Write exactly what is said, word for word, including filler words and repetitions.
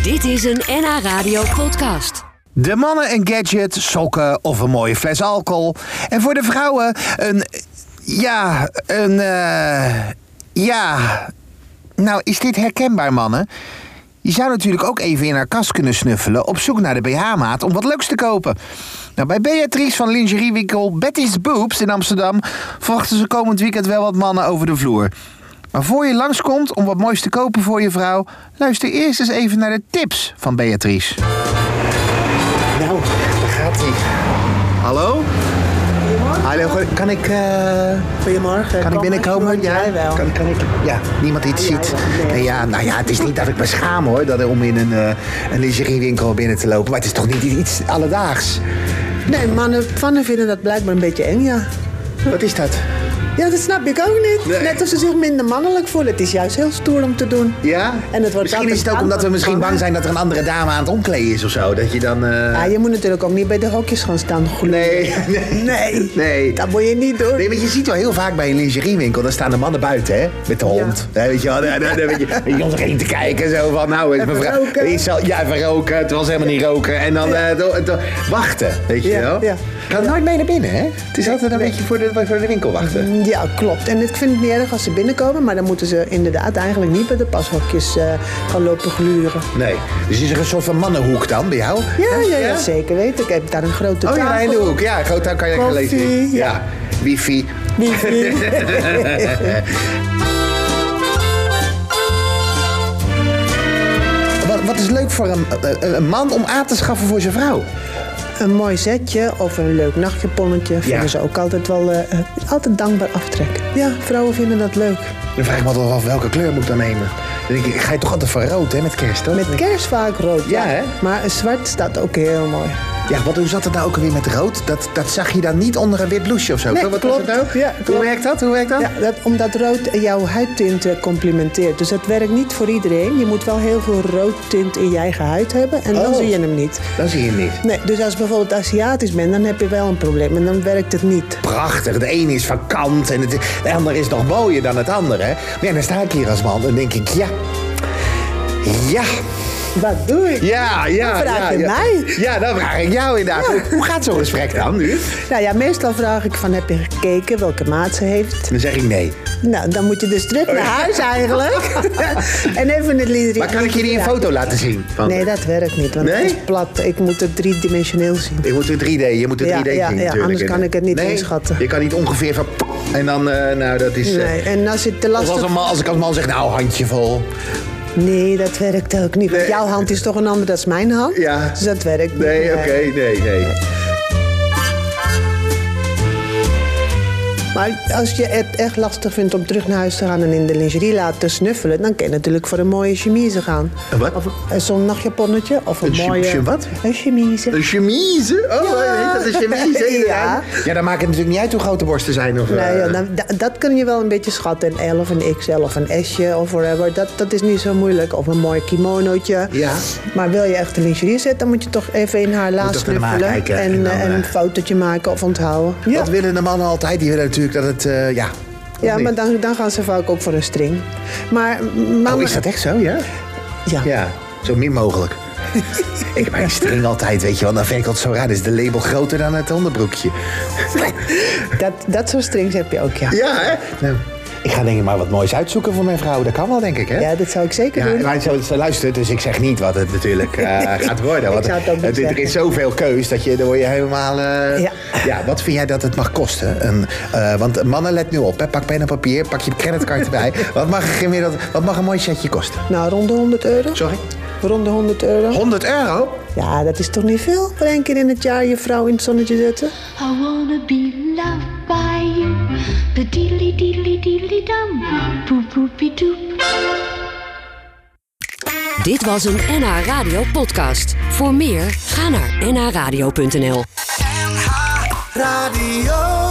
Dit is een N H Radio podcast. De mannen een gadget, sokken of een mooie fles alcohol. En voor de vrouwen een... Ja, een... Uh, ja... Nou, is dit herkenbaar, mannen? Je zou natuurlijk ook even in haar kast kunnen snuffelen op zoek naar de B H-maat om wat leuks te kopen. Nou, bij Beatrice van lingeriewinkel Betty's Boobs in Amsterdam verwachten ze komend weekend wel wat mannen over de vloer. Maar voor je langskomt om wat moois te kopen voor je vrouw, luister eerst eens even naar de tips van Beatrice. Nou, daar gaat hij. Hallo? Hallo, kan ik... Uh... Goedemorgen. Kan ik binnenkomen? Ja, jij wel. Kan, kan ik... Ja, niemand iets ziet. Nee, ja, nou ja, het is niet dat ik me schaam hoor, dat om in een, uh, een lingeriewinkel binnen te lopen. Maar het is toch niet iets alledaags? Nee, mannen, mannen vinden dat blijkbaar een beetje eng, ja. Wat is dat? Ja, dat snap ik ook niet. Nee. Net of ze zich minder mannelijk voelen. Het is juist heel stoer om te doen. Ja? En het wordt misschien is het ook omdat we misschien bang zijn dat er een andere dame aan het omkleden is of zo. Dat je dan... Uh... Ja, je moet natuurlijk ook niet bij de hokjes gaan staan gloeien. Nee, nee. Nee. Nee. Dat moet je niet doen. Nee, want je ziet wel heel vaak bij een lingeriewinkel, dan staan de mannen buiten, hè? Met de hond. Ja. Ja, weet je wel, dan, dan, dan weet je, weet je ons heen te kijken, zo van, nou, is mevrouw... Is al, ja, even roken, het was helemaal niet roken. En dan ja. uh, do, do, wachten, weet je ja, wel. Ja. Kan ja. nooit mee naar binnen, hè? Het is altijd een nee. beetje voor de, voor de winkel wachten. Ja, klopt. En ik vind het niet erg als ze binnenkomen, maar dan moeten ze inderdaad eigenlijk niet bij de pashokjes uh, gaan lopen gluren. Nee. Dus is er een soort van mannenhoek dan bij jou? Ja, ja, ja, ja? zeker weten. Ik heb daar een grote tafel. Oh ja, in de hoek. Ja, grote tafel kan je Koffie, lezen. Ja. ja. Wifi. Wifi. wat, wat is leuk voor een, een man om aan te schaffen voor zijn vrouw? Een mooi zetje of een leuk nachtjaponnetje vinden ja. ze ook altijd wel uh, altijd dankbaar aftrekken. Ja, vrouwen vinden dat leuk. Dan vraag ik me altijd af welke kleur moet ik dan nemen. Dan denk ik, ga je toch altijd voor rood, hè, met kerst, toch? Met kerst vaak rood, ja. ja. Hè? Maar zwart staat ook heel mooi. Ja, wat, hoe zat het nou ook alweer met rood? Dat, dat zag je dan niet onder een wit blouseje of zo? Nee, wat klopt. Was het nou? Ja, klopt. Hoe werkt dat? Hoe werkt dat? Ja, dat? Omdat rood jouw huidtint complimenteert. Dus dat werkt niet voor iedereen. Je moet wel heel veel roodtint in je eigen huid hebben. En dan oh, zie je hem niet. Dan zie je hem niet? Nee, dus als je bijvoorbeeld Aziatisch bent, dan heb je wel een probleem. En dan werkt het niet. Prachtig. Het ene is van kant en het, de andere is nog mooier dan het andere. Hè? Maar ja, dan sta ik hier als man en denk ik, ja... Ja... Wat doe ik? Ja, ja. Dan vraag ja, je ja. mij. Ja, dan vraag ik jou inderdaad. Ja. Hoe gaat zo'n gesprek dan nu? Nou ja, meestal vraag ik van, heb je gekeken welke maat ze heeft? Dan zeg ik nee. Nou, dan moet je dus terug naar huis eigenlijk. En even het lied. Maar kan ik je die een foto laten zien? Van... Nee, dat werkt niet, want nee? het is plat. Ik moet het driedimensioneel zien. Je moet het drie D, je moet het ja, drie D ja, zien ja, natuurlijk. Anders kan ik het niet nee, inschatten. Je kan niet ongeveer van... En dan, uh, nou dat is... Uh... Nee, en als het te lastig... Als, man, als ik als man zeg, nou handjevol... Nee, dat werkt ook niet. Want nee. jouw hand is toch een andere dan mijn hand? Ja. Dus dat werkt niet. Nee, oké, okay, nee, nee. Maar als je het echt lastig vindt om terug naar huis te gaan en in de lingerie laten snuffelen, dan kan je natuurlijk voor een mooie chemise gaan. Een wat? Of zo'n nachtjaponnetje. Of een, een mooie... Een wat? Een chemise. Een chemise? Oh, ja. Heet dat een chemise? Ja. Ja, dan maakt het natuurlijk niet uit hoe groot de borsten zijn. Of, nee, uh... ja, dan, dat, dat kun je wel een beetje schatten. Een L of een X L of een S'je of whatever. Dat, dat is niet zo moeilijk. Of een mooi kimonootje. Ja. Maar wil je echt de lingerie zetten, dan moet je toch even in haar la snuffelen. En, en, dan, en een fotootje maken of onthouden. Ja. Dat willen de mannen altijd. Die willen natuurlijk dat het... Uh, ja, Ja, maar dan, dan gaan ze vaak ook voor een string. Maar, mama... Oh, is dat echt zo, ja? Ja. Ja, zo min mogelijk. Ik heb een string altijd, weet je wel. Dan vind ik altijd zo raar. Dus de label groter dan het onderbroekje. dat, dat soort strings heb je ook, ja. Ja, hè? Nou, ik ga denk ik maar wat moois uitzoeken voor mijn vrouw. Dat kan wel, denk ik, hè? Ja, dat zou ik zeker ja, doen. Maar zo, zo luistert, dus ik zeg niet wat het natuurlijk uh, gaat worden. Want ik zou het ook niet het, er is zoveel keus dat je, dan word je helemaal... Uh, ja. ja, wat vind jij dat het mag kosten? Een, uh, want mannen, let nu op. Hè? Pak pen en papier, pak je creditcard erbij. Wat mag, een gemiddeld, wat mag een mooi setje kosten? Nou, rond de honderd euro. Sorry? Rond de honderd euro. honderd euro? Ja, dat is toch niet veel? Voor één keer in het jaar je vrouw in het zonnetje zetten? I wanna be loved by you. The diddly diddly diddly dum. Poep poepie doep. Dit was een N H Radio podcast. Voor meer, ga naar n h radio punt n l. N H Radio.